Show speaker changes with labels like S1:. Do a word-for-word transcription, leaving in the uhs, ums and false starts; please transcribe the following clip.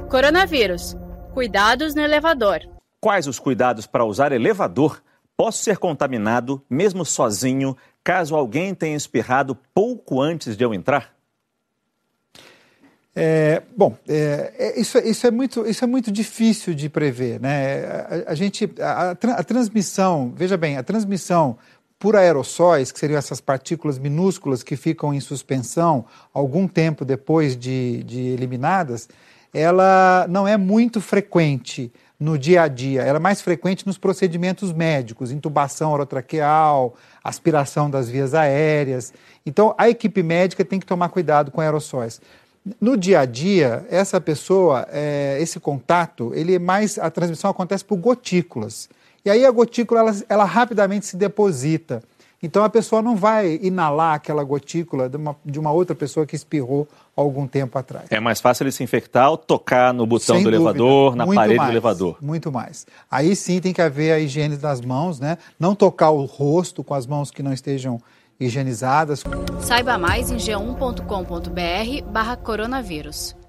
S1: Coronavírus. Cuidados no elevador.
S2: Quais os cuidados para usar elevador? Posso ser contaminado, mesmo sozinho, caso alguém tenha espirrado pouco antes de eu entrar?
S3: É, bom, é, isso, isso, é muito, isso é muito difícil de prever, né? A, a gente, a, a transmissão, veja bem, a transmissão por aerossóis, que seriam essas partículas minúsculas que ficam em suspensão algum tempo depois de, de eliminadas, ela não é muito frequente no dia a dia, ela é mais frequente nos procedimentos médicos, intubação orotraqueal, aspiração das vias aéreas. Então, a equipe médica tem que tomar cuidado com aerossóis. No dia a dia, essa pessoa, é, esse contato, ele é mais, a transmissão acontece por gotículas. E aí a gotícula, ela, ela rapidamente se deposita. Então a pessoa não vai inalar aquela gotícula de uma, de uma outra pessoa que espirrou algum tempo atrás.
S2: É mais fácil ele se infectar ao tocar no botão
S3: Sem
S2: do
S3: dúvida,
S2: elevador, na parede
S3: mais,
S2: do elevador.
S3: Muito mais. Aí sim tem que haver a higiene das mãos, né? Não tocar o rosto com as mãos que não estejam higienizadas.
S1: Saiba mais em g um ponto com ponto br barra coronavírus.